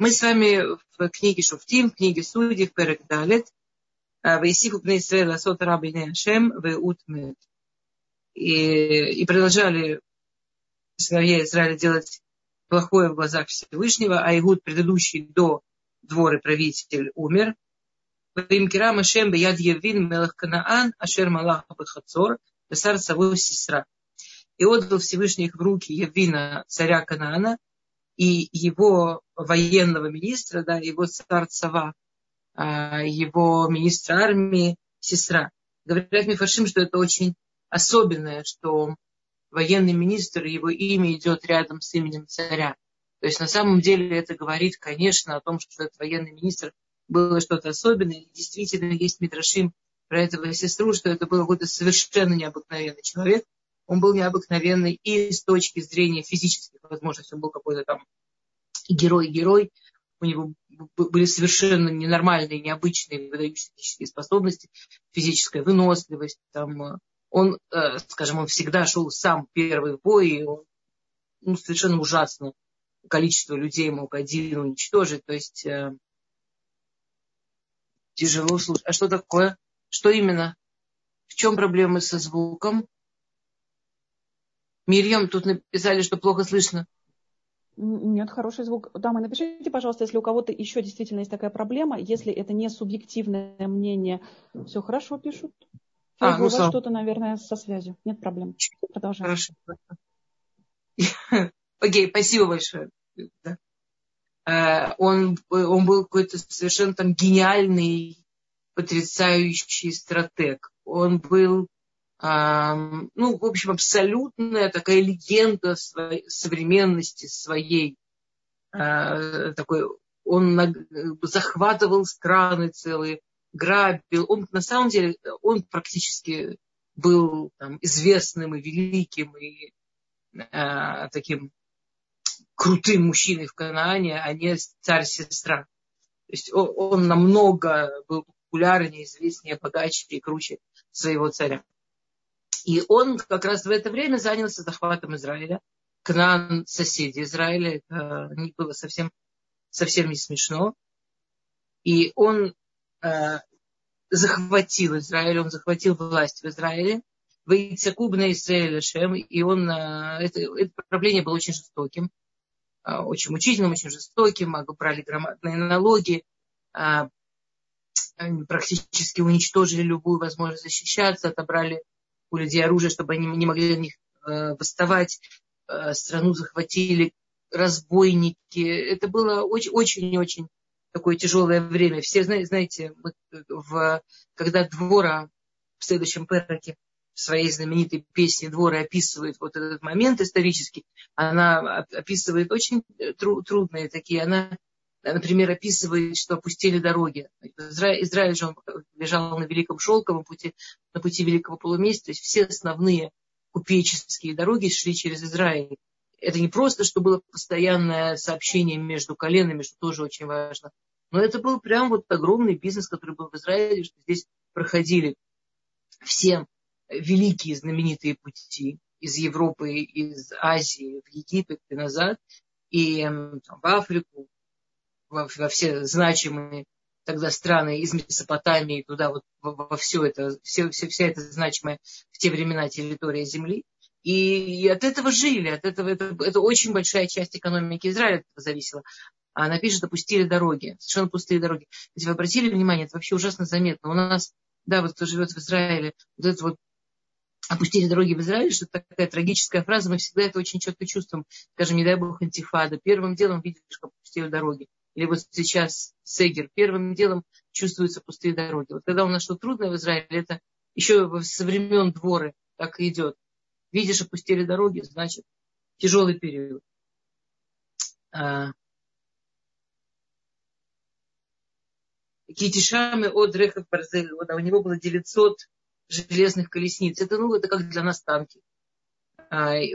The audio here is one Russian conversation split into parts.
Мы с вами в книге Шуфтим, в книге Судей, в Перек Далет, «Ваисиху бней Исраэль асот ра бейней Ашем веут мед». И продолжали сыновья Израиля делать плохое в глазах Всевышнего, а Игуд, предыдущий до двора правитель, умер. «Ваимкирам Ашем беяд Евин мелах Канаан ашер малах бехацор бесар цаво Сисра». И отдал Всевышний их в руки Евина, царя Канаана, и его военного министра, да, его царь Цава, его министра армии Сестра. Говорят мифаршим, что это очень особенное, что военный министр, его имя идет рядом с именем царя. То есть на самом деле это говорит, конечно, о том, что этот военный министр было что-то особенное. И действительно есть мидрашим про этого сестру, что это был какой-то совершенно необыкновенный человек. Он был необыкновенный и с точки зрения физических возможностей. Он был какой-то там герой. У него были совершенно ненормальные, необычные, выдающиеся физические способности, физическая выносливость. Там, он всегда шел сам первый в бой, и он, совершенно ужасно количество людей мог один уничтожить. То есть тяжело слушать. А что такое? Что именно? В чем проблемы со звуком? Мирьям, тут написали, что плохо слышно. Нет, хороший звук. Дамы, напишите, пожалуйста, если у кого-то еще действительно есть такая проблема, если это не субъективное мнение, все хорошо пишут. У вас что-то, наверное, со связью. Нет проблем. Продолжаем. Хорошо. Окей, спасибо большое. Он был какой-то совершенно там гениальный, потрясающий стратег. Он был, в общем, абсолютная такая легенда своей современности, своей. Такой, он захватывал страны целые, грабил. Он, на самом деле, он практически был там известным и великим, и таким крутым мужчиной в Канаане, а не царь-сестра. То есть он намного был популярнее, известнее, богаче и круче своего царя. И он как раз в это время занялся захватом Израиля. Канаан — соседи Израиля. Это не было совсем не смешно. И он захватил Израиль, он захватил власть в Израиле. «Ваицаку бней Исраэль Ашем». И это правление было очень жестоким, очень мучительным, очень жестоким. Брали громадные налоги, практически уничтожили любую возможность защищаться, отобрали у людей оружие, чтобы они не могли на них восставать. Страну захватили разбойники. Это было очень-очень такое тяжелое время. Все знаете, когда Двора в следующем переке в своей знаменитой песне Двора описывает вот этот момент исторический, она описывает очень трудные такие. Она, например, описывает, что опустили дороги. Израиль же он лежал на Великом Шелковом пути, на пути Великого Полумесяца. То есть все основные купеческие дороги шли через Израиль. Это не просто, что было постоянное сообщение между коленами, что тоже очень важно. Но это был прям вот огромный бизнес, который был в Израиле, что здесь проходили все великие знаменитые пути из Европы, из Азии в Египет и назад, и в Африку, во все значимые тогда страны из Месопотамии туда вот во все это, вся эта значимая в те времена территория земли. И от этого жили, это очень большая часть экономики Израиля от этого зависела. А она пишет, опустили дороги, совершенно пустые дороги. Если вы обратили внимание, это вообще ужасно заметно. У нас, да, вот кто живет в Израиле, вот это вот опустили дороги в Израиле, что это такая трагическая фраза, мы всегда это очень четко чувствуем. Скажем, не дай бог, интифада. Первым делом видишь, как опустили дороги. Или вот сейчас Сегер. Первым делом чувствуются пустые дороги. Вот когда у нас что трудное в Израиле, это еще со времен Дворы так и идет. Видишь, опустили дороги, значит, тяжелый период. Китишамы от Рехав Барзель. У него было 900 железных колесниц. Это как для нас танки. И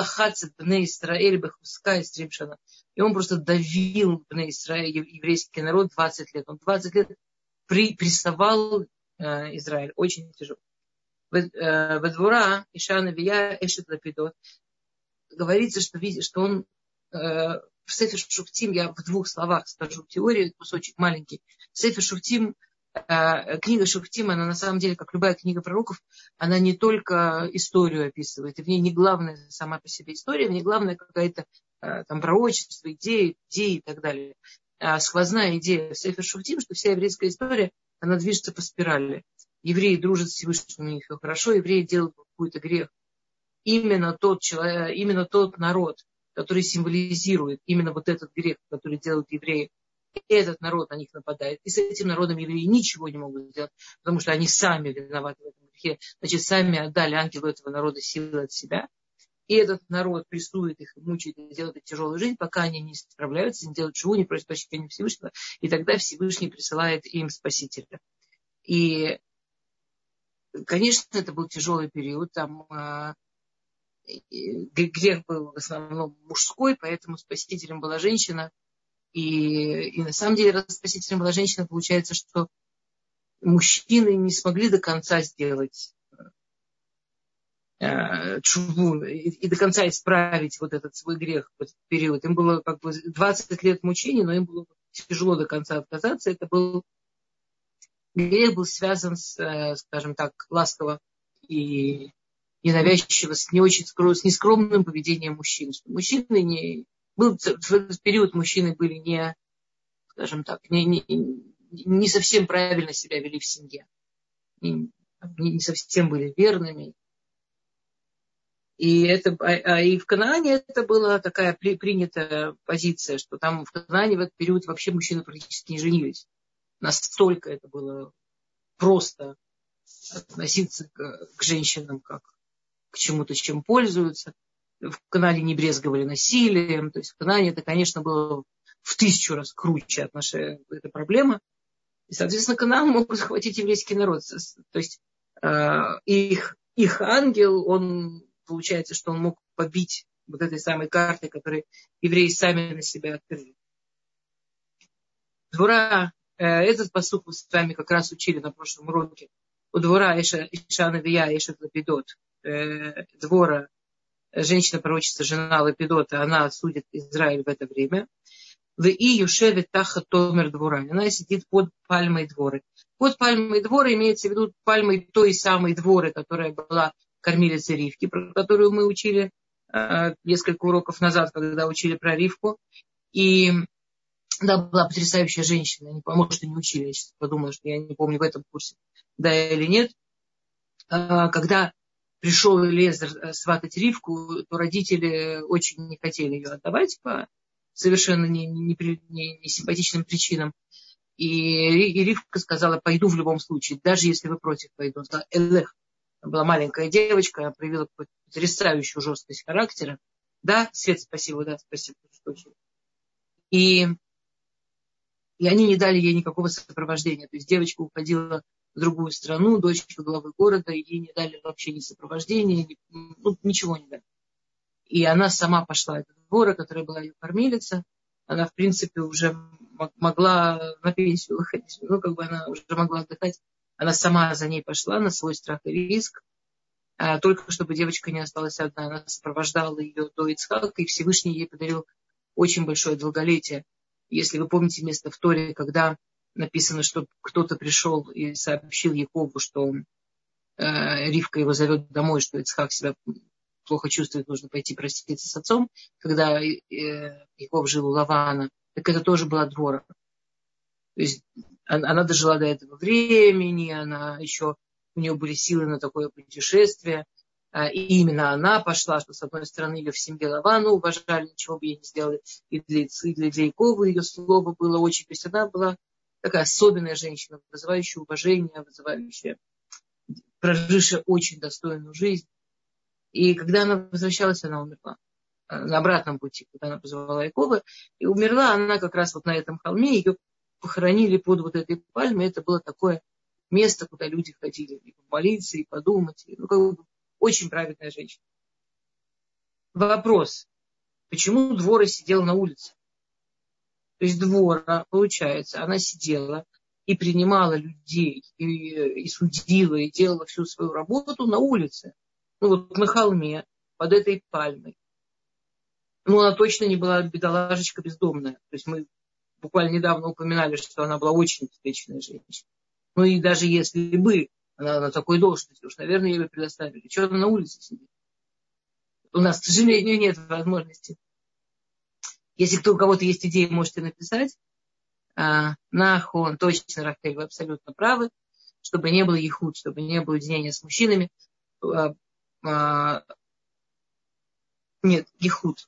он просто давил еврейский народ 20 лет. Он 20 лет прессовал Израиль. Очень тяжело. Во Двора Иша Навия Эшет Лапидот говорится, что он в Сефер Шуфтим, я в 2 словах скажу теорию, кусочек маленький. Сефер Шуфтим, книга Шуфтим, она на самом деле, как любая книга пророков, она не только историю описывает, и в ней не главная сама по себе история, в ней главное какая-то там пророчество, идеи и так далее. Сквозная идея в Сефер Шуфтим, что вся еврейская история, она движется по спирали. Евреи дружат с Всевышним, у них все хорошо, евреи делают какой-то грех. Именно тот человек, именно тот народ, который символизирует именно вот этот грех, который делают евреи, и этот народ на них нападает. И с этим народом евреи ничего не могут сделать, потому что они сами виноваты в этом грехе. Значит, сами отдали ангелу этого народа силы от себя. И этот народ прессует их, мучает и делает их тяжелую жизнь, пока они не справляются, не делают шву, не просят прощения Всевышнего. И тогда Всевышний присылает им Спасителя. И, конечно, это был тяжелый период. Там грех был в основном мужской, поэтому спасителем была женщина. И на самом деле, раз спасителем была женщина, получается, что мужчины не смогли до конца сделать чуву и до конца исправить вот этот свой грех в этот период. Им было как бы 20 лет мучений, но им было тяжело до конца отказаться. Это был грех, был связан с, скажем так, ласково и ненавязчиво, с нескромным поведением мужчин. Мужчины не... в этот период мужчины были не, скажем так, не совсем правильно себя вели в семье. Не совсем были верными. И в Канаане это была такая принятая позиция, что там в Канаане в этот период вообще мужчины практически не женились. Настолько это было просто относиться к женщинам как к чему-то, чем пользуются. В Канаане не брезговали насилием. То есть в Канаане это, конечно, было в 1000 раз круче эта проблема. И, соответственно, Канаан мог захватить еврейский народ. То есть их ангел, он... Получается, что он мог побить вот этой самой картой, которую евреи сами на себя открыли. Двора, этот пасук мы с вами как раз учили на прошлом уроке. У двора Иша Навия, Иша Лапидот. Двора, женщина-пророчица, жена Лапидота, она судит Израиль в это время. В и Юшевит Таха Томер Двора. Она сидит под пальмой дворы. Под пальмой дворы имеется в виду пальмой той самой дворы, которая была кормилица Ривки, про которую мы учили несколько уроков назад, когда учили про Ривку. И да, была потрясающая женщина. Я не помню, что не учили. Я сейчас подумала, что я не помню в этом курсе, да или нет. Когда пришел Элиэзер сватать Ривку, то родители очень не хотели ее отдавать по совершенно несимпатичным причинам. И Ривка сказала: пойду в любом случае, даже если вы против, пойду. Элех. Была маленькая девочка, проявила потрясающую жесткость характера. Да, Свет, спасибо, да, спасибо. И они не дали ей никакого сопровождения. То есть девочка уходила в другую страну, дочка главы города, и ей не дали вообще ни сопровождения, ничего не дали. И она сама пошла от двора, которая была ее кормилица. Она, в принципе, уже могла на пенсию выходить. Она уже могла отдыхать. Она сама за ней пошла на свой страх и риск, только чтобы девочка не осталась одна. Она сопровождала ее до Ицхака, и Всевышний ей подарил очень большое долголетие. Если вы помните место в Торе, когда написано, что кто-то пришел и сообщил Якову, что Ривка его зовет домой, что Ицхак себя плохо чувствует, нужно пойти проститься с отцом, когда Яков жил у Лавана, так это тоже была двора. То есть она дожила до этого времени, у нее были силы на такое путешествие. И именно она пошла, что, с одной стороны, ее в семье Лавану уважали, ничего бы ей не сделали. И для Якова ее слово было очень... То есть она была такая особенная женщина, вызывающая уважение, прожившая очень достойную жизнь. И когда она возвращалась, она умерла. На обратном пути, когда она позвала Якова. И умерла она как раз вот на этом холме. Ее похоронили под вот этой пальмой. Это было такое место, куда люди ходили и помолиться, и подумать. Очень праведная женщина. Вопрос. Почему Двора сидела на улице? То есть Двора, получается, она сидела и принимала людей, и судила, и делала всю свою работу на улице. На холме, под этой пальмой. Ну, она точно не была бедолажечка бездомная. То есть мы буквально недавно упоминали, что она была очень обеспеченная женщина. Ну и даже если бы она на такой должности, уж, наверное, ей бы предоставили. Что она на улице сидит? У нас, к сожалению, нет возможности. Если у кого-то есть идеи, можете написать. Нахон, точно, Рахель, вы абсолютно правы. Чтобы не было ехуд, чтобы не было единения с мужчинами. Нет, ехуд.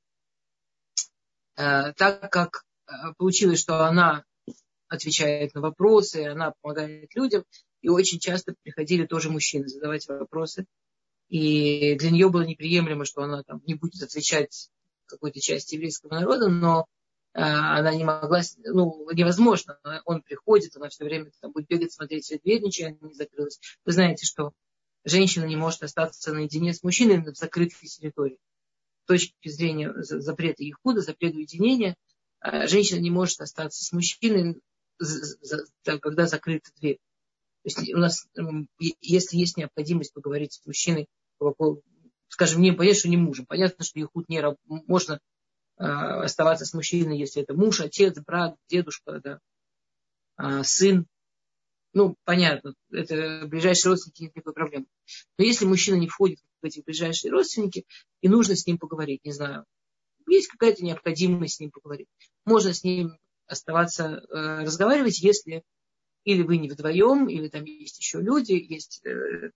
Так как получилось, что она отвечает на вопросы, она помогает людям, и очень часто приходили тоже мужчины задавать вопросы. И для нее было неприемлемо, что она там не будет отвечать какой-то части еврейского народа, но она не могла, ну, невозможно. Он приходит, она все время там будет бегать, смотреть, все дверь ничего не закрылась. Вы знаете, что женщина не может остаться наедине с мужчиной в закрытой территории. С точки зрения запрета ехуда, запрета уединения, женщина не может остаться с мужчиной, когда закрыта дверь. То есть у нас, если есть необходимость поговорить с мужчиной, скажем, не понятно, что не мужем. Понятно, что ехуд не можно оставаться с мужчиной, если это муж, отец, брат, дедушка, да, сын. Ну, понятно, это ближайшие родственники, нет никакой проблемы. Но если мужчина не входит в эти ближайшие родственники, и нужно с ним поговорить, не знаю, есть какая-то необходимость с ним поговорить, можно с ним оставаться, разговаривать, если или вы не вдвоем, или там есть еще люди, есть,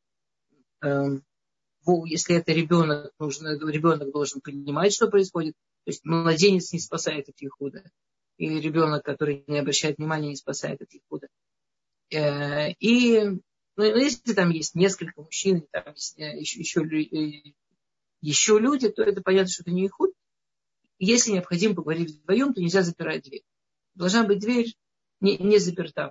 если это ребенок, ребенок должен понимать, что происходит. То есть младенец не спасает от ехуда. Или ребенок, который не обращает внимания, не спасает от ехуда. И если там есть несколько мужчин, там есть еще люди, то это понятно, что это не ехуд. Если необходимо поговорить вдвоем, то нельзя запирать дверь. Должна быть дверь не заперта.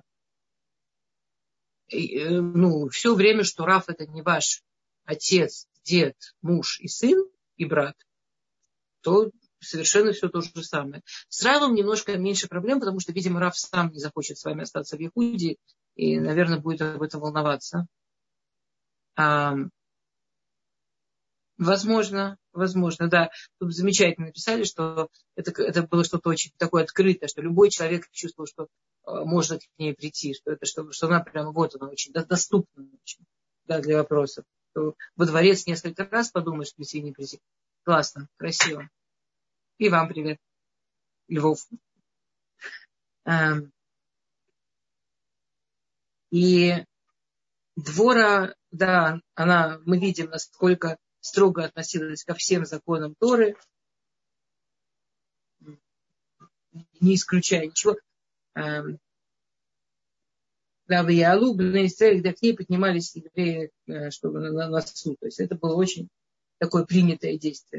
Все время, что Рав это не ваш отец, дед, муж и сын, и брат, то совершенно все то же самое. С Равом немножко меньше проблем, потому что, видимо, Рав сам не захочет с вами остаться в Ехуде и, наверное, будет об этом волноваться. Возможно, да. Тут замечательно написали, что это было что-то очень такое открытое, что любой человек чувствовал, что можно к ней прийти, что она прямо вот она очень доступна очень, да, для вопросов. Во дворец несколько раз подумаешь, прийти, не прийти. Классно, красиво. И вам привет, Львов. И Двора, да, мы видим, насколько строго относилась ко всем законам Торы, не исключая ничего. Да, в Ялу, бней Исраэль, когда к ней поднимались евреи, чтобы на суд. То есть это было очень такое принятое действие.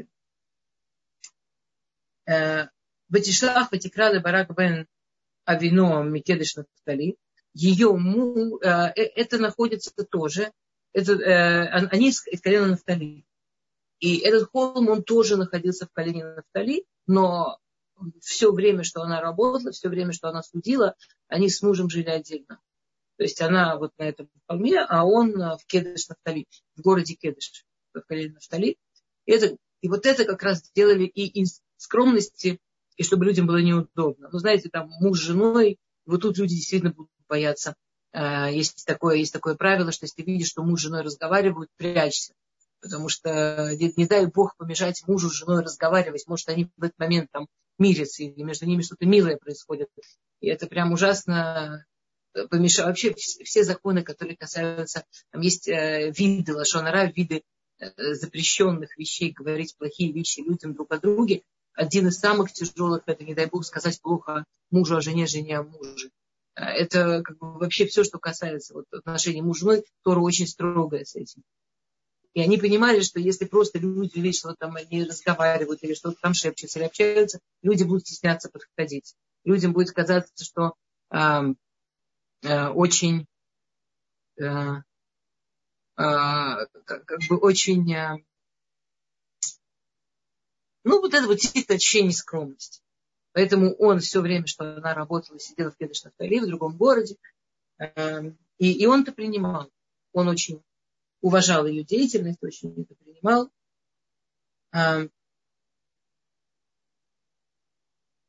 Ватишлах, Ватикрада, Барак бен Авино, Микедеш Нафтали. Ее это находится тоже, они из колена Нафтали. И этот холм, он тоже находился в колене Нафтали, но все время, что она работала, все время, что она судила, они с мужем жили отдельно. То есть она вот на этом холме, а он в Кедеш Нафтали, в городе Кедеш, в колене Нафтали. И вот это как раз делали и из скромности, и чтобы людям было неудобно. Ну, знаете, там муж с женой, вот тут люди действительно будут бояться. Есть такое правило, что если ты видишь, что муж с женой разговаривают, прячься. Потому что не дай Бог помешать мужу с женой разговаривать. Может, они в этот момент там мирятся, или между ними что-то милое происходит. И это прям ужасно помешает. Вообще все законы, которые касаются... Там есть виды лашон ара, виды запрещенных вещей, говорить плохие вещи людям друг о друге. Один из самых тяжелых, это, не дай Бог, сказать плохо мужу о жене, жене о муже. Это как бы вообще все, что касается вот, отношений мужа с женой, Тора очень строгая с этим. И они понимали, что если просто люди видят, что там они разговаривают или что-то там шепчутся или общаются, люди будут стесняться подходить. Людям будет казаться, что очень очень вот это вот действительно ощущение скромности. Поэтому он все время, что она работала, сидела в Кедеш Нафтали, в другом городе, и он это принимал. Он очень уважал ее деятельность, очень это принимал.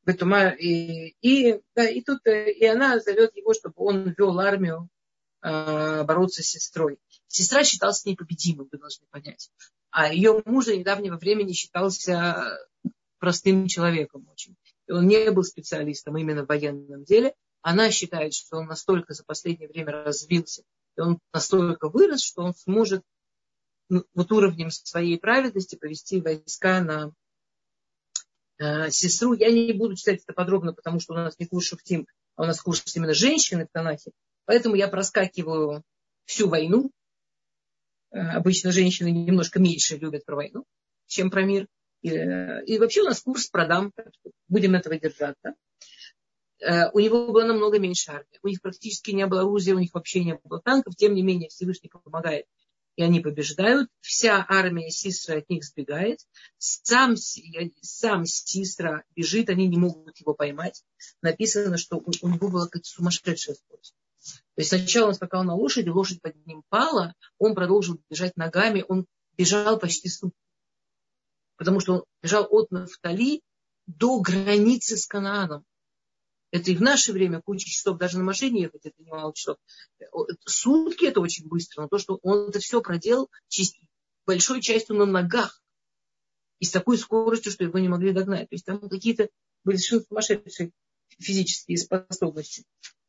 И она зовет его, чтобы он вел армию бороться с сестрой. Сестра считалась непобедимой, вы должны понять. А ее муж до недавнего времени считался простым человеком очень. И он не был специалистом именно в военном деле. Она считает, что он настолько за последнее время развился, и он настолько вырос, что он сможет вот уровнем своей праведности повести войска на сестру. Я не буду читать это подробно, потому что у нас не курс шуфтим, а у нас курс именно женщины в Танахе. Поэтому я проскакиваю всю войну. Обычно женщины немножко меньше любят про войну, чем про мир. И вообще у нас курс продам. Будем этого держаться. У него было намного меньше армии. У них практически не было оружия, у них вообще не было танков. Тем не менее, Всевышний помогает. И они побеждают. Вся армия Сисра от них сбегает. Сам Сисра бежит, они не могут его поймать. Написано, что у него была какая-то сумасшедшая скорость. То есть сначала он скакал на лошади, лошадь под ним пала, он продолжил бежать ногами, он бежал почти сутки. Потому что он бежал от Нафтали до границы с Канааном. Это и в наше время куча часов, даже на машине ехать, это немало часов. Сутки это очень быстро, но то, что он это все проделал большой частью на ногах. И с такой скоростью, что его не могли догнать. То есть там какие-то были совершенно сумасшедшие физические способности.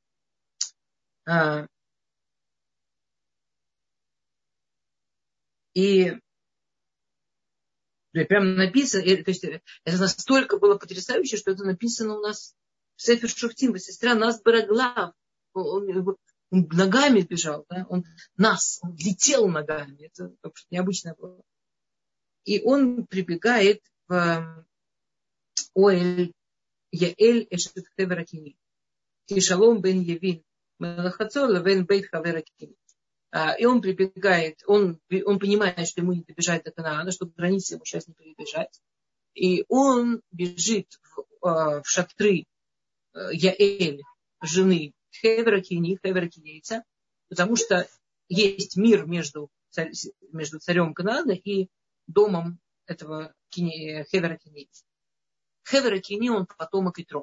И прям написано, то есть это настолько было потрясающе, что это написано у нас в Сефер Шуфтим, сестра нас бараглав. Он ногами бежал, да? Он летел ногами. Это необычно было. И он прибегает в Оэль Яэль Эшет Хевер Акини. Кишалом бен Евин Мелахацола бен Бейт Хавер Акини. И он прибегает, он понимает, что ему не добежать до Канаана, что границы ему сейчас не перебежать. И он бежит в шатры Яэль, жены Хевера Кинейца, потому что есть мир между царем Канаана и домом этого Хевера Кинейца. Хевер Кини, он потомок Итро.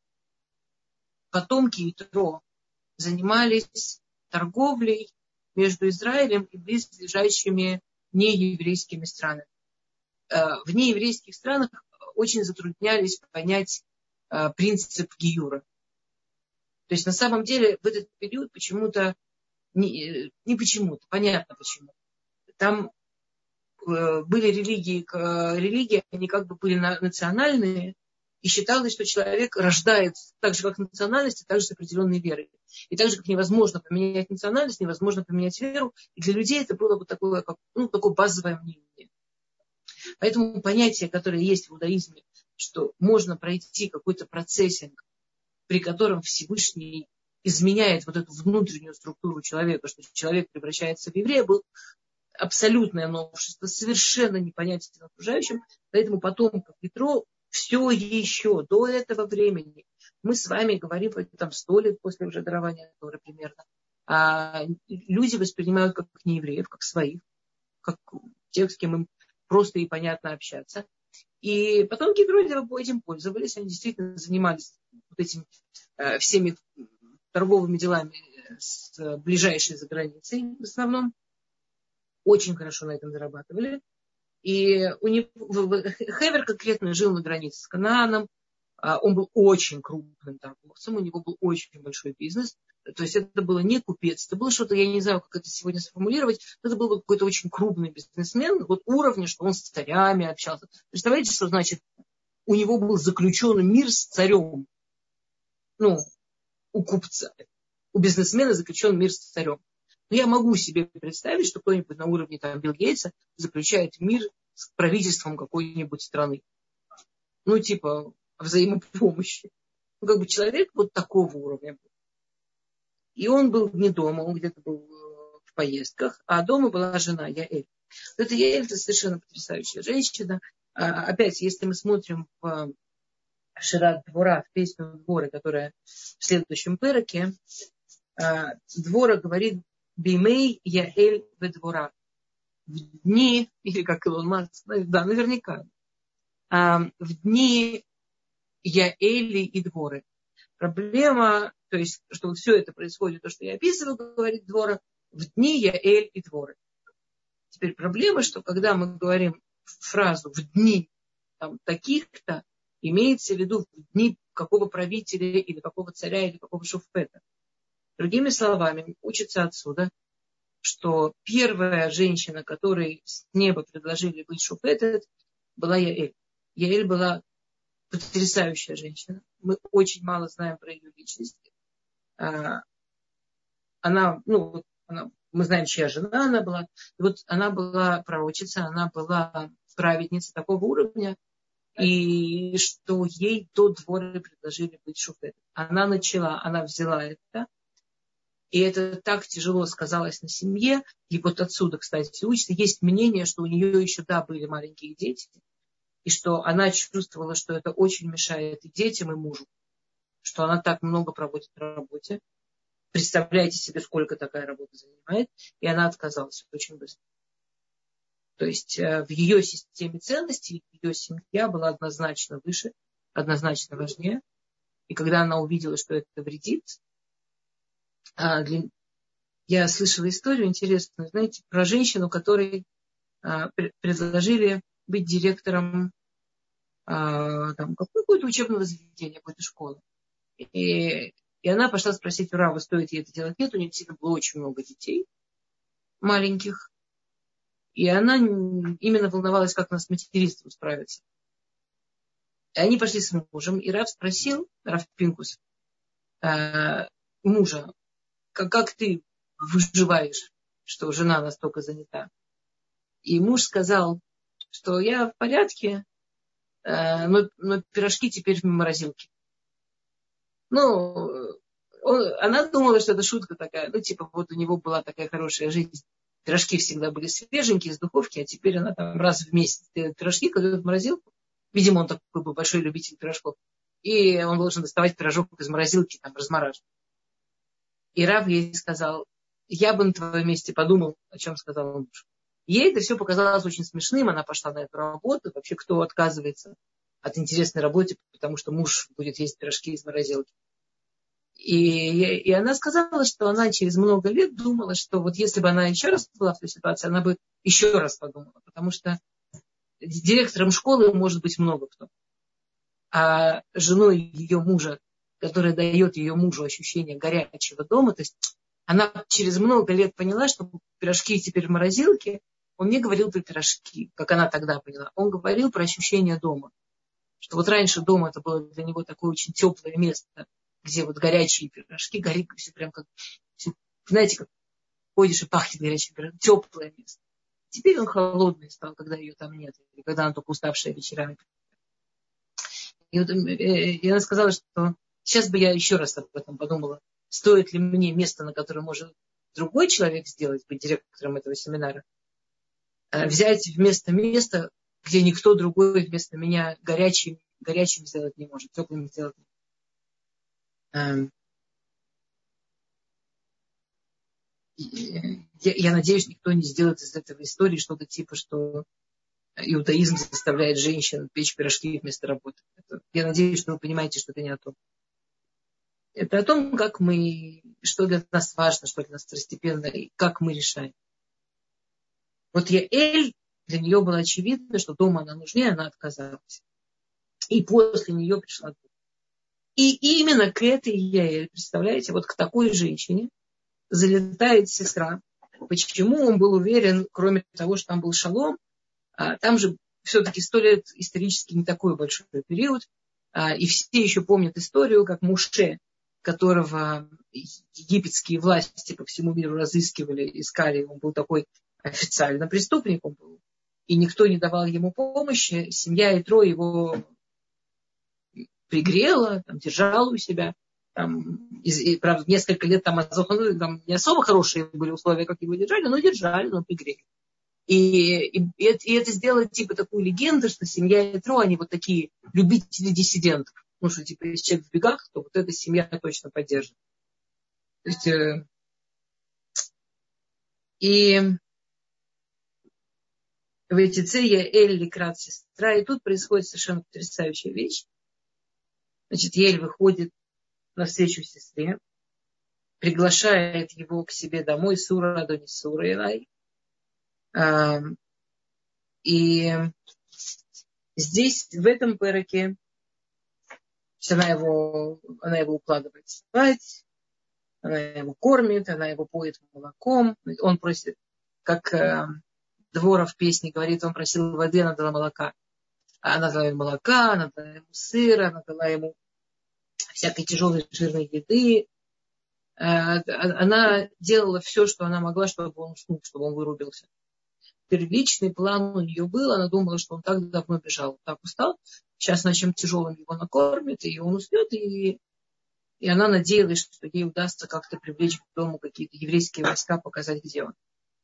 Потомки Итро занимались торговлей между Израилем и близлежащими нееврейскими странами. В нееврейских странах очень затруднялись понять принцип гиюра. То есть на самом деле в этот период почему-то, не почему-то, понятно почему. Там были религии, они как бы были национальные, и считалось, что человек рождается так же, как национальность, так же с определенной верой. И так же, как невозможно поменять национальность, невозможно поменять веру. И для людей это было вот такое, такое базовое мнение. Поэтому понятие, которое есть в иудаизме, что можно пройти какой-то процессинг, при котором Всевышний изменяет вот эту внутреннюю структуру человека, что человек превращается в еврея, был абсолютное новшество, совершенно непонятно окружающим. Поэтому потом, как Петро, все еще до этого времени мы с вами говорим, там 100 лет после уже дарования Торы примерно, а люди воспринимают как неевреев, как своих, как тех, с кем им просто и понятно общаться. И потомки Петро этим пользовались, они действительно занимались вот этими всеми торговыми делами с ближайшей за границей в основном. Очень хорошо на этом зарабатывали. И у него, Хевер конкретно жил на границе с Канааном. Он был очень крупным торговцем, у него был очень большой бизнес. То есть это было не купец, это было что-то, я не знаю, как это сегодня сформулировать, это был какой-то очень крупный бизнесмен, вот уровня, что он с царями общался. Представляете, что значит, у него был заключен мир с царем. У купца, у бизнесмена заключен мир с царем. Но я могу себе представить, что кто-нибудь на уровне Билл Гейтса заключает мир с правительством какой-нибудь страны. Типа взаимопомощи. Человек вот такого уровня был. И он был не дома, он где-то был в поездках, а дома была жена Яэль. Это Яэль, это совершенно потрясающая женщина. Опять, если мы смотрим в Шират Двора, в песню Двора, которая в следующем переке, Двора говорит «Бимей Яэль Ведвора». В дни, или как Илон Маск, да, наверняка, в дни Яэли и Дворы. Проблема, то есть, что вот все это происходит, то, что я описываю, говорит Двора, в дни Яэль и Дворы. Теперь проблема, что когда мы говорим фразу в дни там, таких-то, имеется в виду в дни какого правителя или какого царя или какого шуфета. Другими словами, учится отсюда, что первая женщина, которой с неба предложили быть шуфетет, была Яэль. Яэль была потрясающая женщина. Мы очень мало знаем про ее личность. Мы знаем, чья жена она была. И вот она была пророчица, она была праведница такого уровня, и что ей до Дворы предложили быть шуфетом. Она взяла это, и это так тяжело сказалось на семье. И вот отсюда, кстати, учится. Есть мнение, что у нее еще, были маленькие дети, и что она чувствовала, что это очень мешает и детям, и мужу, что она так много проводит на работе. Представляете себе, сколько такая работа занимает. И она отказалась очень быстро. То есть в ее системе ценностей ее семья была однозначно выше, однозначно важнее. И когда она увидела, что это вредит, я слышала историю интересную, знаете, про женщину, которой предложили быть директором какого-то учебного заведения, какой-то школы. И она пошла спросить у Рава, стоит ей это делать. Нет, у нее действительно было очень много детей маленьких. И она именно волновалась, как она с материнством справится. И они пошли с мужем, и Рав спросил, Рав Пинкус, мужа, как ты выживаешь, что жена настолько занята. И муж сказал, что я в порядке, но пирожки теперь в морозилке. Она думала, что это шутка такая. Вот у него была такая хорошая жизнь. Пирожки всегда были свеженькие из духовки, а теперь она там раз в месяц пирожки кладет в морозилку. Видимо, он такой был большой любитель пирожков. И он должен доставать пирожок из морозилки, там, размораживать. И Рав ей сказал, я бы на твоем месте подумал, о чем сказал муж. Ей это все показалось очень смешным. Она пошла на эту работу. Вообще, кто отказывается от интересной работы, потому что муж будет есть пирожки из морозилки. И она сказала, что она через много лет думала, что вот если бы она еще раз была в той ситуации, она бы еще раз подумала. Потому что директором школы может быть много кто. А женой ее мужа, которая дает ее мужу ощущение горячего дома, то есть она через много лет поняла, что пирожки теперь в морозилке. Он не говорил про пирожки, как она тогда поняла. Он говорил про ощущение дома. Что вот раньше дома это было для него такое очень теплое место, где вот горячие пирожки, горит все прям как, знаете, как ходишь и пахнет горячим пирожком, теплое место. Теперь он холодный стал, когда ее там нет, или когда она только уставшая вечерами. И она сказала, что сейчас бы я еще раз об этом подумала, стоит ли мне место, на которое может другой человек сделать, быть директором этого семинара, взять вместо места, где никто другой вместо меня горячим сделать не может, теплым сделать не может. Я надеюсь, никто не сделает из этого истории что-то типа, что иудаизм заставляет женщин печь пирожки вместо работы. Я надеюсь, что вы понимаете, что это не о том. Это о том, как что для нас важно, что для нас второстепенно, и как мы решаем. Вот Яэль, для нее было очевидно, что дома она нужнее, она отказалась. И после нее пришла Двора. И именно к этой Яэль, представляете, вот к такой женщине залетает сестра. Почему он был уверен, кроме того, что там был шалом, там же все-таки 100 лет исторически не такой большой период, и все еще помнят историю, как Муше, которого египетские власти по всему миру разыскивали, искали, он был такой официально преступник, он был, и никто не давал ему помощи, семья Итро его пригрела, там, держала у себя. Правда, несколько лет там не особо хорошие были условия, как его держали, но пригрели. И это сделало типа такую легенду, что семья Итро, они вот такие любители диссидентов. Ну, что типа, если человек в бегах, то вот эта семья точно поддержит. То есть, и в Этице Яэль Ликрат сестра, и тут происходит совершенно потрясающая вещь. Значит, Яэль выходит навстречу сестре, приглашает его к себе домой, Сура Адони Сура Илай. И здесь, в этом переке, она его укладывает спать, она его кормит, она его поет молоком. Он просит, как Дворов в песне говорит, он просил воды, она дала молока. Она дала ему молока, она дала ему сыра, она дала ему всякой тяжелой жирной еды. Она делала все, что она могла, чтобы он уснул, чтобы он вырубился. Первичный план у нее был, она думала, что он так давно бежал, так устал. Сейчас на чем тяжелым его накормит, и он уснет, и она надеялась, что ей удастся как-то привлечь к дому какие-то еврейские войска, показать, где он.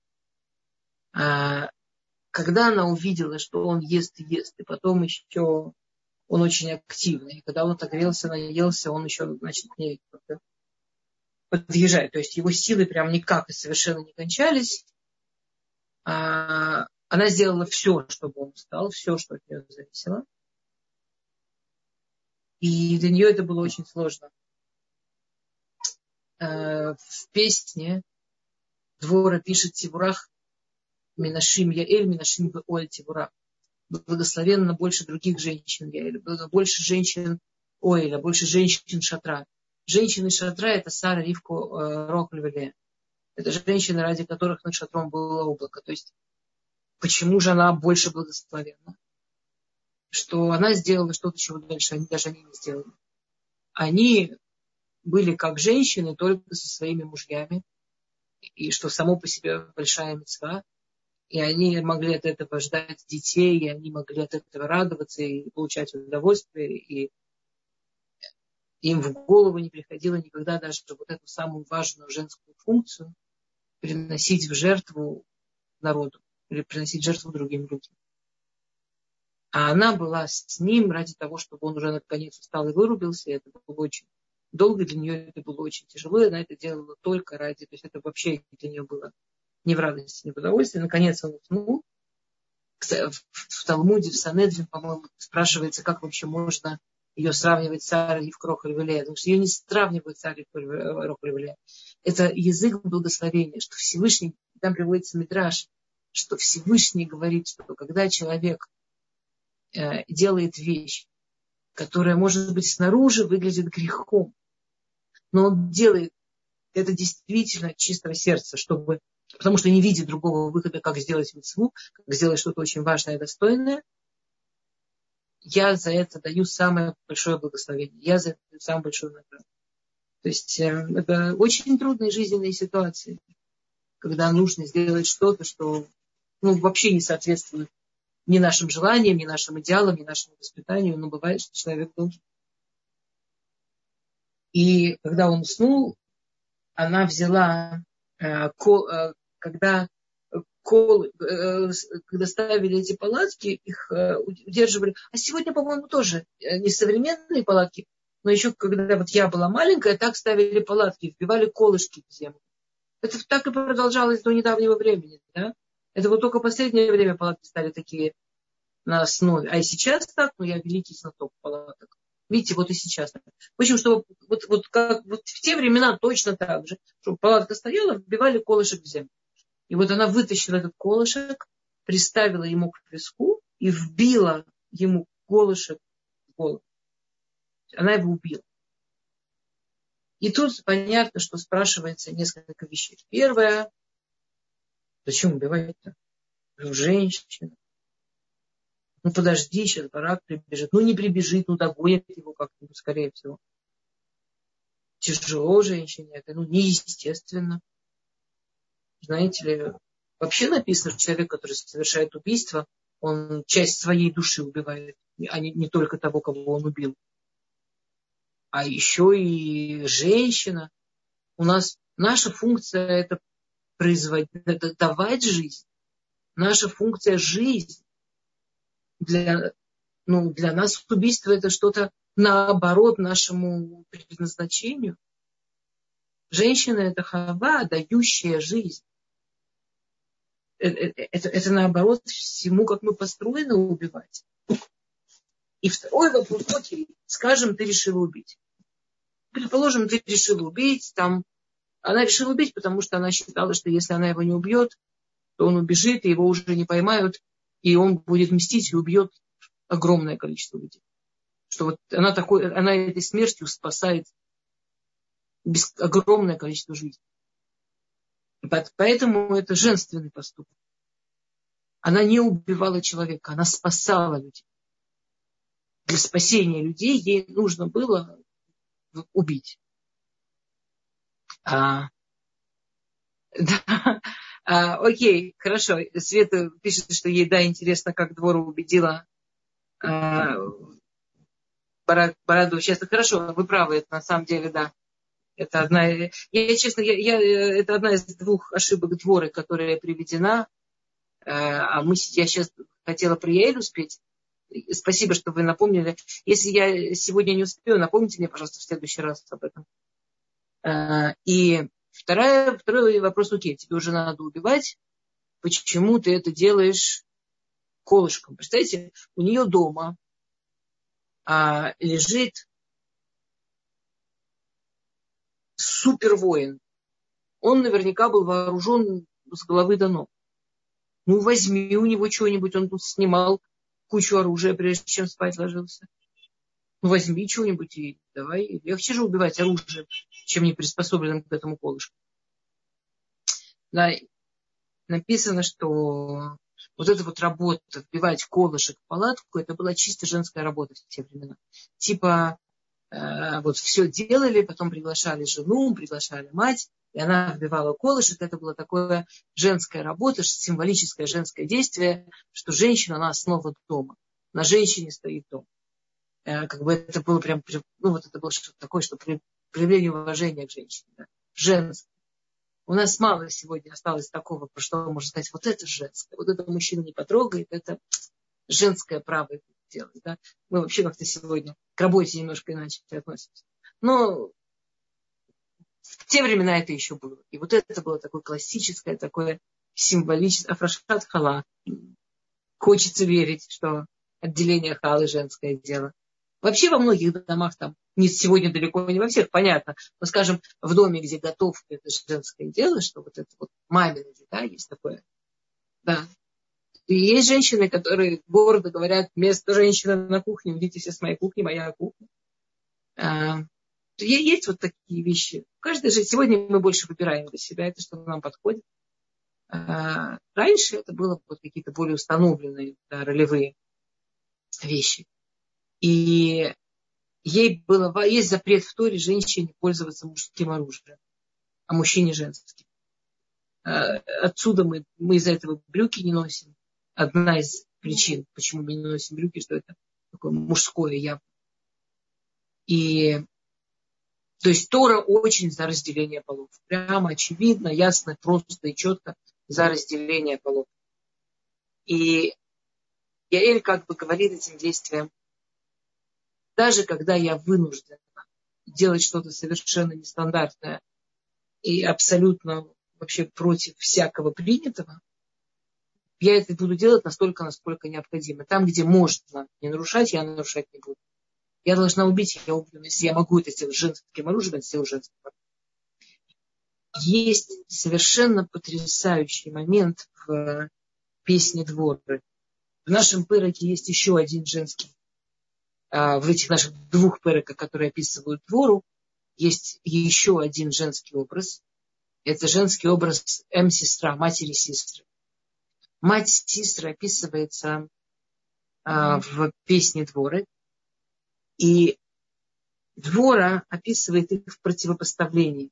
Когда она увидела, что он ест и ест, и потом еще он очень активный, и когда он отогрелся, наелся, он еще, значит, к ней подъезжает. То есть его силы прям никак и совершенно не кончались. Она сделала все, чтобы он встал, все, что от нее зависело. И для нее это было очень сложно. В песне Двора пишет Тибурах Минашим Яэль, Минашим Беоль Тибурах. Благословенно больше других женщин Яэль, больше женщин Оэля, больше женщин Шатра. Женщины Шатра — это Сара, Ривку, Рохль, Вилея. Это женщины, ради которых над шатром было облако. То есть, почему же она больше благословенна? Что она сделала что-то, чего дальше даже они не сделали. Они были как женщины, только со своими мужьями. И что само по себе большая мицва. И они могли от этого ждать детей, и они могли от этого радоваться и получать удовольствие. И им в голову не приходило никогда даже вот эту самую важную женскую функцию приносить в жертву народу или приносить жертву другим людям. А она была с ним ради того, чтобы он уже наконец устал и вырубился. И это было очень долго, для нее это было очень тяжело. И она это делала только ради, то есть это вообще для нее было не в радости, не в удовольствии. Наконец он уснул. В Талмуде, в Санедрин, по-моему, спрашивается, как вообще можно ее сравнивать с Сарой в Крохоль-Вилея. Потому что ее не сравнивают с Сарой в Крохоль-Вилея. Это язык благословения, что Всевышний, там приводится мидраш, что Всевышний говорит, что когда человек делает вещь, которая, может быть, снаружи выглядит грехом, но он делает это действительно от чистого сердца, потому что не видит другого выхода, как сделать мицву, как сделать что-то очень важное и достойное. Я за это даю самое большое благословение. Я за это даю самую большую награду. То есть это очень трудные жизненные ситуации, когда нужно сделать что-то, что вообще не соответствует ни нашим желаниям, ни нашим идеалам, ни нашему воспитанию. Но бывает, что человек должен. И когда он уснул, она взяла, когда ставили эти палатки, их удерживали. А сегодня, по-моему, тоже не современные палатки, но еще когда вот я была маленькая, так ставили палатки, вбивали колышки в землю. Это так и продолжалось до недавнего времени. Да? Это вот только в последнее время палатки стали такие на основе. А и сейчас так, я великий знаток палаток. Видите, вот и сейчас. В общем, что вот в те времена точно так же, чтобы палатка стояла, вбивали колышек в землю. И вот она вытащила этот колышек, приставила ему к виску и вбила ему колышек в голову. Она его убила. И тут понятно, что спрашивается несколько вещей. Первое, зачем убивать-то? Женщина. Подожди, сейчас барак прибежит. Не прибежит, догонит его как-нибудь, скорее всего. Тяжело женщине, это неестественно. Знаете ли, вообще написано, что человек, который совершает убийство, он часть своей души убивает, а не только того, кого он убил. А еще и женщина. У нас наша функция это это давать жизнь. Наша функция жизнь. Для нас убийство это что-то наоборот нашему предназначению. Женщина это хава, дающая жизнь. Это наоборот всему, как мы построены, убивать. И второй вопрос, окей, скажем, ты решила убить. Предположим, ты решила убить, там, она решила убить, потому что она считала, что если она его не убьет, то он убежит, и его уже не поймают, и он будет мстить и убьет огромное количество людей. Что вот она этой смертью спасает огромное количество жизней. Поэтому это женственный поступок. Она не убивала человека, она спасала людей. Для спасения людей ей нужно было убить. Окей, хорошо. Света пишет, что ей, да, интересно, как Двора убедила Бороду. Сейчас, хорошо, вы правы, это на самом деле, да. Это одна, это одна из двух ошибок Дворы, которая приведена. Я сейчас хотела про Яэль успеть. Спасибо, что вы напомнили. Если я сегодня не успею, напомните мне, пожалуйста, в следующий раз об этом. И второй вопрос, окей, тебе уже надо убивать. Почему ты это делаешь колышком? Представляете, у нее дома лежит супервоин. Он наверняка был вооружен с головы до ног. Ну, возьми у него что-нибудь. Он тут снимал кучу оружия, прежде чем спать ложился. Ну, возьми что-нибудь и давай. Легче же убивать оружием, чем не приспособленным к этому колышку. Да, написано, что вот эта вот работа, вбивать колышек в палатку, это была чисто женская работа в те времена. Типа, вот все делали, потом приглашали жену, приглашали мать, и она вбивала колышек. Это была такое женская работа, символическое женское действие, что женщина, она основа дома. На женщине стоит дом. Как бы это было прям, ну вот это было что-то такое, что проявление уважения к женщине. Да? Женское. У нас мало сегодня осталось такого, про что можно сказать, вот это женское, вот это мужчина не потрогает, это женское право это делать. Да? Мы вообще как-то сегодня к работе немножко иначе относимся. Но в те времена это еще было. И вот это было такое классическое, такое символическое. Афрашат хала. Хочется верить, что отделение халы женское дело. Вообще во многих домах там, не сегодня далеко не во всех, понятно, но, скажем, в доме, где готовка, это женское дело, что вот это вот мамина еда, есть такое. Да. И есть женщины, которые гордо говорят, вместо женщины на кухне, идите все с моей кухни, моя кухня. Есть вот такие вещи. Каждый же, сегодня мы больше выбираем для себя это, что нам подходит. Раньше это было вот какие-то более установленные, да, ролевые вещи. И есть запрет в Торе женщине пользоваться мужским оружием, а мужчине женским. Отсюда мы из-за этого брюки не носим. Одна из причин, почему мы не носим брюки, что это такое мужское явно. И то есть Тора очень за разделение полов. Прямо очевидно, ясно, просто и четко за разделение полов. И Яэль как бы говорит этим действием, даже когда я вынуждена делать что-то совершенно нестандартное и абсолютно вообще против всякого принятого, я это буду делать настолько, насколько необходимо. Там, где можно не нарушать, я нарушать не буду. Я должна убить, я убью. Если я могу это сделать женским оружием, я сделаю женским оружием. Есть совершенно потрясающий момент в песне Дворы. В нашем пэроке есть еще один женский. В этих наших двух пэроках, которые описывают Двору, есть еще один женский образ. Это женский образ М-сестра, матери-сестры. Мать-сестра описывается в песне Дворы. И Двора описывает их в противопоставлении.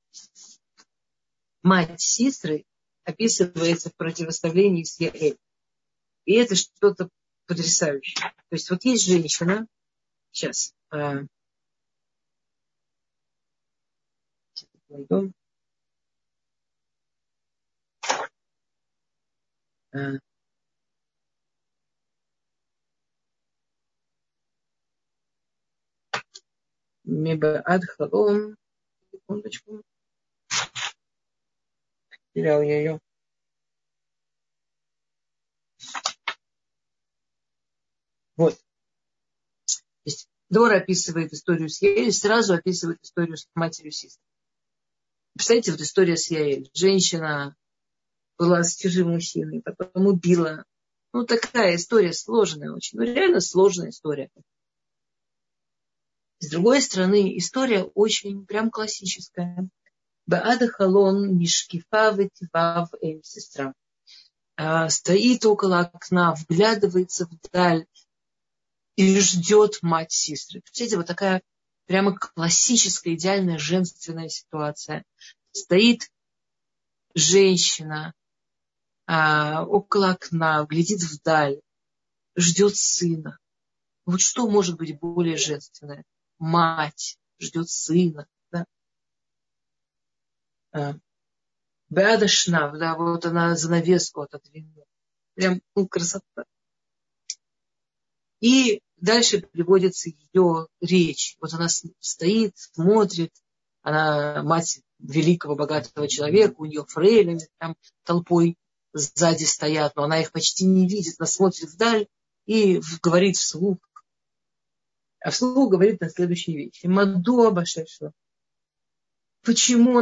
Мать-сестры описывается в противопоставлении с Яэль. И это что-то потрясающее. То есть вот есть женщина. Сейчас. Секунду. Мебаад халом. Секундочку. Терял я ее. Вот. Дора описывает историю с Яэль, сразу описывает историю с матерью сестры. Представляете, вот история с Яэль. Женщина была с чужим мужчиной, потом убила. Ну, такая история сложная очень. Ну, реально сложная история. С другой стороны, история очень прям классическая. Баада халон мишкифа ветивав сестра. Стоит около окна, вглядывается вдаль и ждет мать сестры. Представляете, вот такая прямо классическая, идеальная женственная ситуация. Стоит женщина около окна, глядит вдаль, ждет сына. Вот что может быть более женственное? Мать ждет сына. Да? Беада шнав, да, вот она занавеску отодвинула. Прям красота. И дальше приводится ее речь. Вот она стоит, смотрит. Она мать великого, богатого человека. У нее фрейлины там толпой сзади стоят. Но она их почти не видит. Она смотрит вдаль и говорит вслух. А вслух говорит на следующие вещи. Маду абашешла. Почему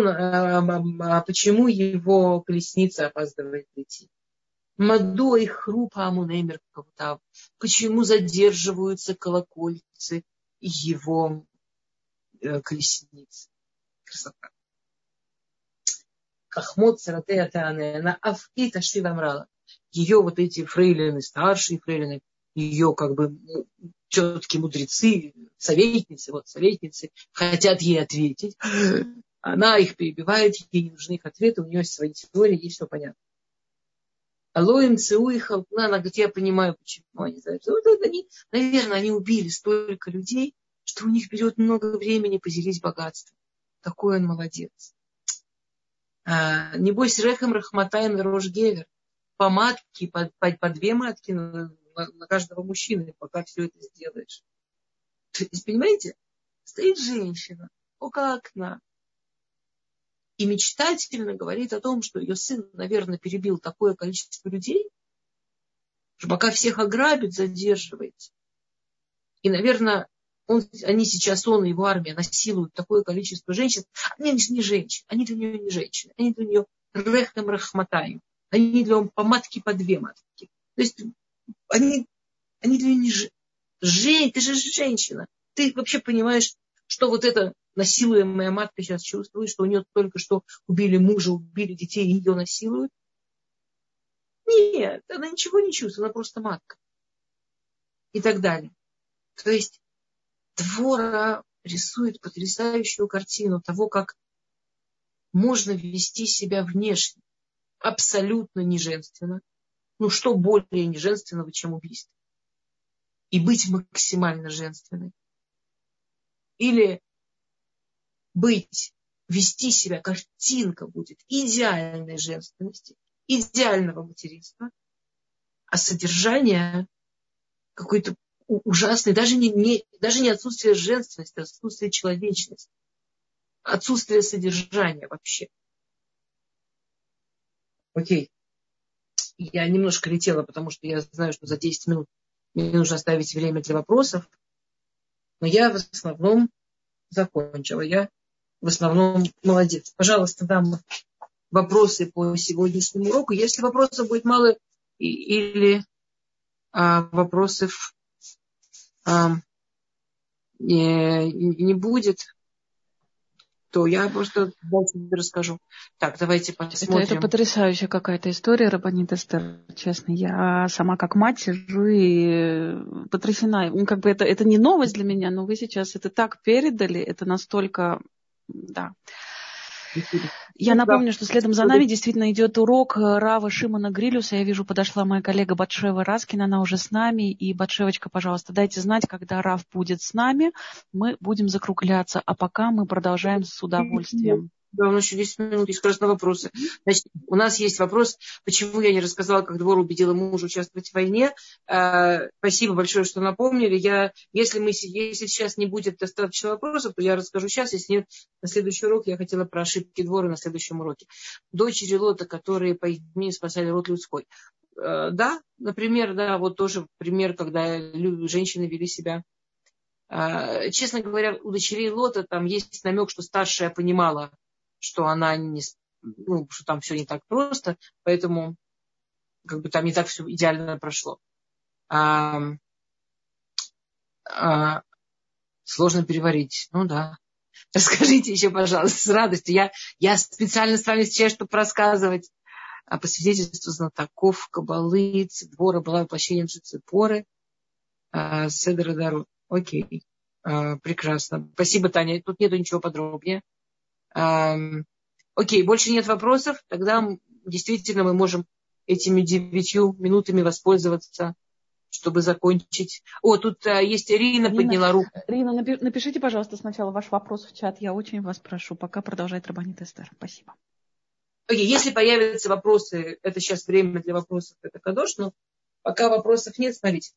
его колесница опаздывает прийти? Маду и хрупа амунеймер кавтав. Почему задерживаются колокольцы его колесниц? Красота. Кахмот царатея таанена афита шивамрала. Ее вот эти фрейлины, старшие фрейлины, ее как бы четкие мудрецы, советницы, хотят ей ответить. Она их перебивает, ей не нужны их ответы, у нее есть свои теории, ей все понятно. Алоим цеу и халпна, она говорит, я понимаю, почему они знают. Наверное, они убили столько людей, что у них берет много времени поделить богатство. Такой он молодец. Небось, рехем рахматайн рож гевер. По матке, по две матки на каждого мужчины, пока все это сделаешь. То есть, понимаете, стоит женщина около окна и мечтательно говорит о том, что ее сын, наверное, перебил такое количество людей, что пока всех ограбит, задерживается. И, наверное, он и его армия насилуют такое количество женщин. Они не женщины, они для нее не женщины, они для нее рехем рахматаем, они для нее по матке, по две матки. То есть они для нее не женщины. Ты же женщина. Ты вообще понимаешь, что вот эта насилуемая матка сейчас чувствует, что у нее только что убили мужа, убили детей, и ее насилуют? Нет, она ничего не чувствует, она просто матка. И так далее. То есть Двора рисует потрясающую картину того, как можно вести себя внешне абсолютно неженственно. Ну, что более неженственного, чем убийство? И быть максимально женственной. Или вести себя, картинка будет идеальной женственности, идеального материнства, а содержание какой-то ужасный, даже не отсутствие женственности, а отсутствие человечности, отсутствие содержания вообще. Окей. Я немножко летела, потому что я знаю, что за 10 минут мне нужно оставить время для вопросов, но я в основном закончила. Я в основном молодец. Пожалуйста, дам вопросы по сегодняшнему уроку. Если вопросов будет мало или вопросов не будет, то я просто дальше расскажу. Так, давайте посмотрим. Это потрясающая какая-то история, Рабанит Эстер, честно. Я сама как мать сижу и потрясена. Как бы это не новость для меня, но вы сейчас это так передали, это настолько... Да. Я напомню, что следом за нами действительно идет урок Рава Шимона Грилюса. Я вижу, подошла моя коллега Батшева Раскина, она уже с нами. И, Батшевочка, пожалуйста, дайте знать, когда Рав будет с нами. Мы будем закругляться, а пока мы продолжаем с удовольствием. Да, у нас еще 10 минут, есть как раз на вопросы. Значит, у нас есть вопрос, почему я не рассказала, как Двор убедила мужа участвовать в войне. Спасибо большое, что напомнили. Если сейчас не будет достаточно вопросов, то я расскажу сейчас. Если нет, на следующий урок я хотела про ошибки Двора на следующем уроке. Дочери Лота, которые по идее спасали род людской. Да, например, да, вот тоже пример, когда женщины вели себя Честно говоря, у дочерей Лота там есть намек, что старшая понимала, что она не, что там все не так просто, поэтому как бы там не так все идеально прошло. Сложно переварить. Ну да. Расскажите еще, пожалуйста, с радостью. Я специально с вами встречаюсь, чтобы рассказывать. По свидетельству знатоков, каббалы, Цидвора была воплощением Ципоры, Седра Дару. Окей. Прекрасно. Спасибо, Таня. Тут нету ничего подробнее. Окей, больше нет вопросов. Тогда действительно мы можем этими 9 минутами воспользоваться, чтобы закончить. Тут есть Ирина подняла руку. Ирина, напишите, пожалуйста, сначала ваш вопрос в чат. Я очень вас прошу. Пока продолжает Рабанит Эстер. Спасибо. Окей, если появятся вопросы, это сейчас время для вопросов, это Кадош, но пока вопросов нет, смотрите.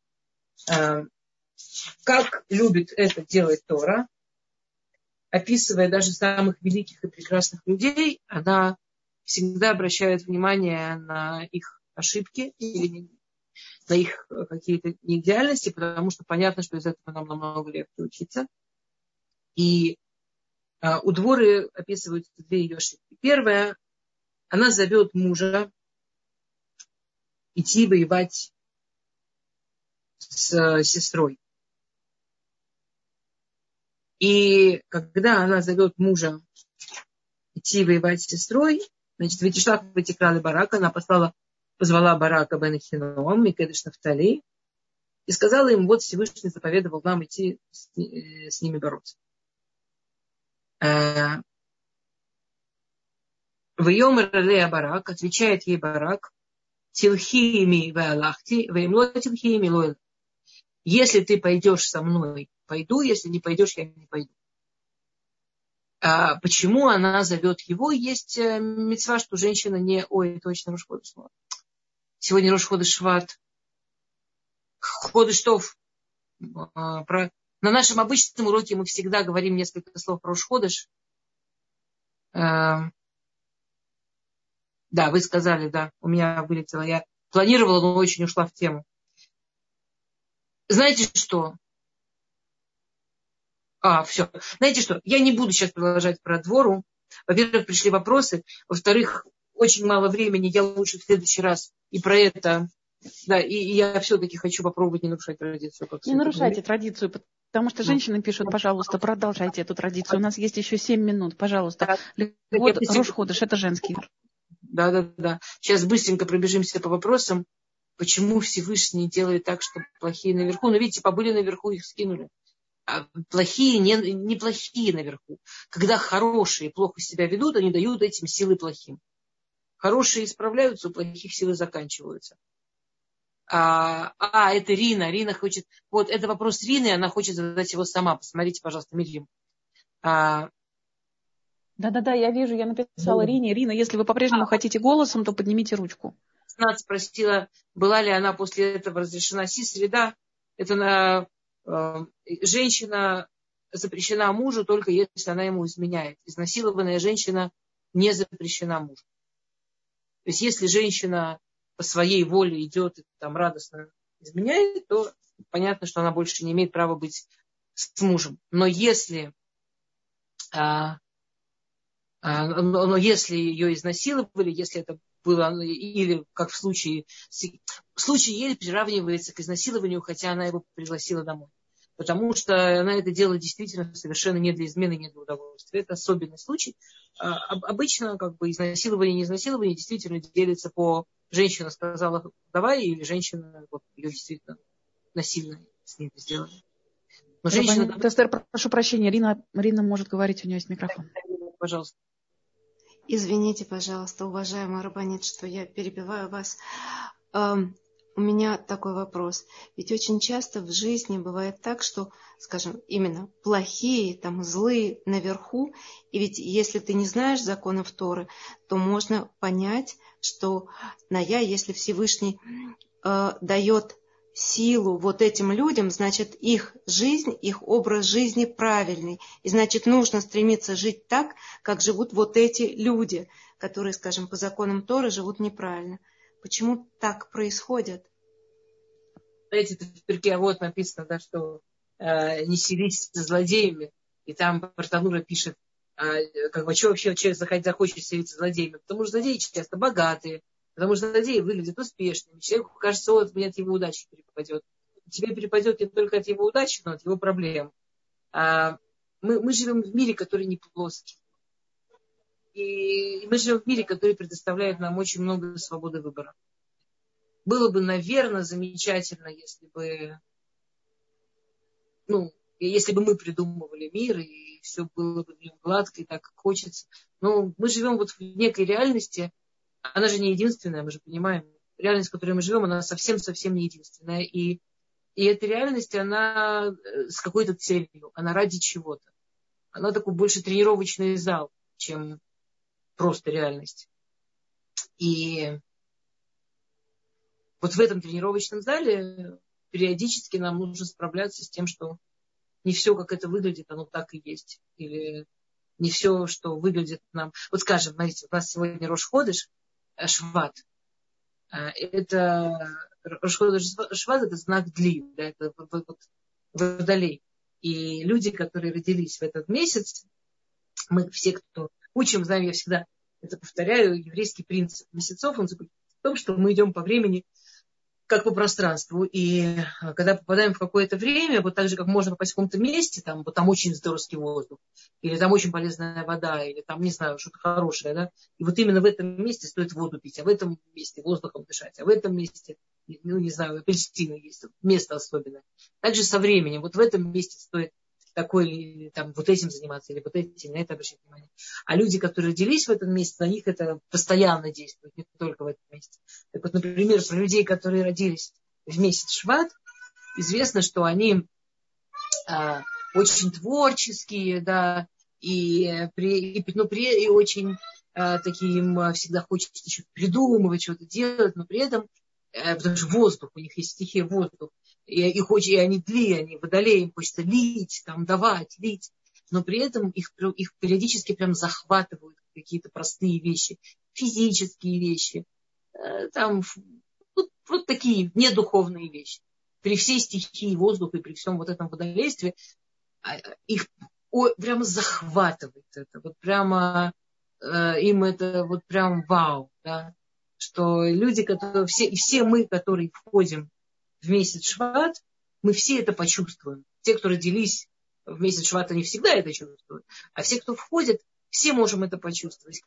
Как любит это делать Тора, описывая даже самых великих и прекрасных людей, она всегда обращает внимание на их ошибки или на их какие-то неидеальности, потому что понятно, что из этого нам намного легче учиться. И у Дворы описываются 2 ее ошибки. Первая, она зовет мужа идти воевать с сестрой. И когда она зовет мужа идти воевать с сестрой, значит, Витишлах Ватикрали Барака, она позвала Барака бен Хином, Микедеш Нафтали, и сказала им, вот Всевышний заповедовал нам идти с ними бороться. Вайомер Лея Барак, отвечает ей Барак, Тилхими ваалахти, ваимло тилхими лоэл. Если ты пойдешь со мной, пойду, если не пойдешь, я не пойду. Почему она зовет его? Есть мицва, что женщина не... Ой, точно, Рош Ходеш Шват. Сегодня Рош Ходеш Шват. Ходеш Тов. На нашем обычном уроке мы всегда говорим несколько слов про Рош Ходеш. Да, вы сказали, да, у меня вылетело. Я планировала, но очень ушла в тему. Знаете что? Все. Знаете что? Я не буду сейчас продолжать про Двору. Во-первых, пришли вопросы. Во-вторых, очень мало времени. Я лучше в следующий раз и про это. Да, и я все-таки хочу попробовать не нарушать традицию. Не нарушайте традицию, потому что женщины пишут, пожалуйста, продолжайте эту традицию. У нас есть еще 7 минут, пожалуйста. Вот Рош Ходеш, это женский. Да. Сейчас быстренько пробежимся по вопросам. Почему Всевышний делает так, что плохие наверху? Ну, видите, побыли наверху, их скинули. А плохие, не плохие наверху. Когда хорошие плохо себя ведут, они дают этим силы плохим. Хорошие исправляются, у плохих силы заканчиваются. Это Рина. Рина хочет... Вот, это вопрос Рины, она хочет задать его сама. Посмотрите, пожалуйста, Мирьям. Да, я вижу, я написала Рине. Рина, если вы по-прежнему хотите голосом, то поднимите ручку. Она спросила, была ли она после этого разрешена сисри. Да, это женщина запрещена мужу, только если она ему изменяет. Изнасилованная женщина не запрещена мужу. То есть, если женщина по своей воле идет и там радостно изменяет, то понятно, что она больше не имеет права быть с мужем. Но если ее изнасиловали, если это было, или как в случае Ель приравнивается к изнасилованию, хотя она его пригласила домой. Потому что она это делала действительно совершенно не для измены, не для удовольствия. Это особенный случай. Обычно изнасилование и неизнасилование действительно делится по... Женщина сказала давай, или женщина ее действительно насильно с ней сделали. Но женщина... Эстер, прошу прощения, Рина может говорить, у нее есть микрофон. Пожалуйста. Извините, пожалуйста, уважаемая Рабанит, что я перебиваю вас. У меня такой вопрос. Ведь очень часто в жизни бывает так, что, скажем, именно плохие, злые наверху, и ведь если ты не знаешь законов Торы, то можно понять, что если Всевышний дает силу вот этим людям, значит, их жизнь, их образ жизни правильный. И значит, нужно стремиться жить так, как живут вот эти люди, которые, скажем, по законам Торы живут неправильно. Почему так происходит? Знаете, в Перке вот написано, что не селись со злодеями. И там Бартанура пишет, как бы, что вообще человек захочет селиться с злодеями? Потому что злодеи часто богатые, потому что злодеи выглядят успешными. Человеку кажется, вот мне от его удачи перепадет. Тебе перепадет не только от его удачи, но от его проблем. Мы живем в мире, который не плоский. И мы живем в мире, который предоставляет нам очень много свободы выбора. Было бы, наверное, замечательно, если бы мы придумывали мир, и все было бы гладко и так, как хочется. Но мы живем вот в некой реальности, она же не единственная, мы же понимаем. Реальность, в которой мы живем, она совсем-совсем не единственная. И эта реальность, она с какой-то целью, она ради чего-то. Она такой больше тренировочный зал, чем просто реальность. И вот в этом тренировочном зале периодически нам нужно справляться с тем, что не все, как это выглядит, оно так и есть. Или не все, что выглядит нам... Вот скажем, смотрите, у нас сегодня Рош ходеш, Шват. Это Рош ходеш Шват, это знак Дли, да, это водолей. И люди, которые родились в этот месяц, мы все, кто учим, знаем, я всегда это повторяю, еврейский принцип месяцев, он заключается в том, что мы идем по времени, как по пространству. И когда попадаем в какое-то время, вот так же, как можно попасть в каком-то месте, там, вот там очень здоровский воздух, или там очень полезная вода, или там, не знаю, что-то хорошее, да, и вот именно в этом месте стоит воду пить, а в этом месте воздухом дышать, а в этом месте, не знаю, апельсины есть, место особенное. Также со временем, вот в этом месте стоит такой, там, вот этим заниматься, или вот этим, на это обращать внимание. А люди, которые родились в этом месте, на них это постоянно действует, не только в этом месте. Так вот, например, про людей, которые родились в месяц Шват, известно, что они очень творческие, да, и очень такие, им всегда хочется что-то придумывать, что-то делать, но при этом, потому что воздух, у них есть стихия воздух, и они они водолеи, им хочется лить, там, давать, лить, но при этом их периодически прям захватывают какие-то простые вещи, физические вещи, там, вот такие недуховные вещи. При всей стихии воздуха и при всем вот этом водолействе их прямо захватывает это. Вот прямо им это вот прям вау. Да? Что люди, которые, все мы, которые входим в месяц Шват, мы все это почувствуем. Те, кто родились в месяц Шват, они всегда это чувствуют. А все, кто входит, все можем это почувствовать.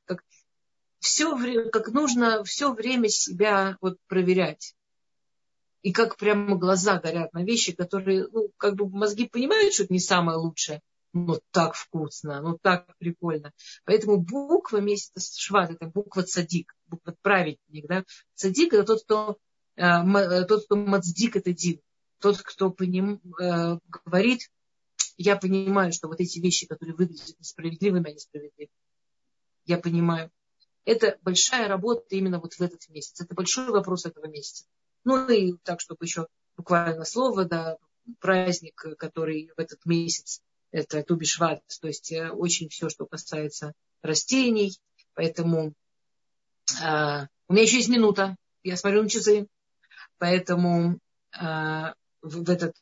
Как нужно все время себя вот проверять. И как прямо глаза горят на вещи, которые, как бы мозги понимают, что это не самое лучшее, но так вкусно, но так прикольно. Поэтому буква месяца Шват, это буква цадик, буква праведник, да. Цадик это тот, кто мацдик, это дин. Тот, кто говорит, я понимаю, что вот эти вещи, которые выглядят несправедливыми, они справедливы. Я понимаю. Это большая работа именно вот в этот месяц. Это большой вопрос этого месяца. Ну и так, чтобы еще буквально слово, да, праздник, который в этот месяц, это Ту-би-Шват, то есть очень все, что касается растений. Поэтому у меня еще есть минута, я смотрю на часы. Поэтому в этот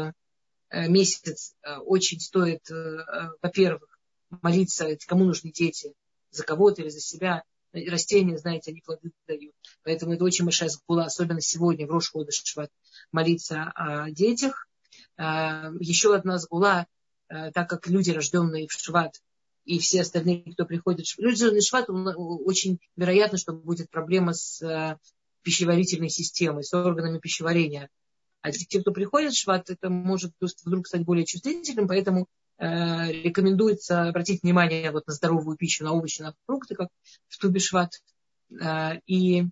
месяц очень стоит, во-первых, молиться, кому нужны дети, за кого-то или за себя. Растения, знаете, они плоды дают. Поэтому это очень большая сгула, особенно сегодня, в Рош ходеш Шват, молиться о детях. Еще одна сгула, так как люди, рожденные в Шват, и все остальные, кто приходит в Шват, люди, рожденные в Шват, очень вероятно, что будет проблема с пищеварительной системой, с органами пищеварения. А те, кто приходит в Шват, это может вдруг стать более чувствительным, поэтому рекомендуется обратить внимание вот на здоровую пищу, на овощи, на фрукты, как в Ту-би-Шват. И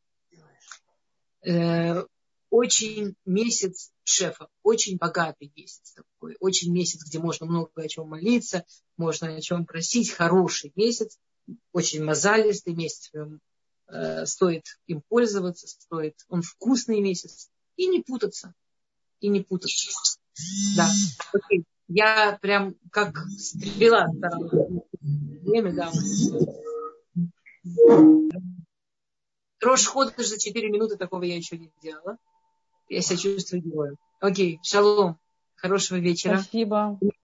очень месяц шефа, очень богатый месяц такой, очень месяц, где можно много о чем молиться, можно о чем просить, хороший месяц, очень мозалистый месяц, стоит им пользоваться, он вкусный месяц, и не путаться, Да, окей. Я прям как стрела старалась. Время, да. Рош ходеш за 4 минуты, такого я еще не делала. Я себя чувствую героем. Окей, шалом. Хорошего вечера. Спасибо.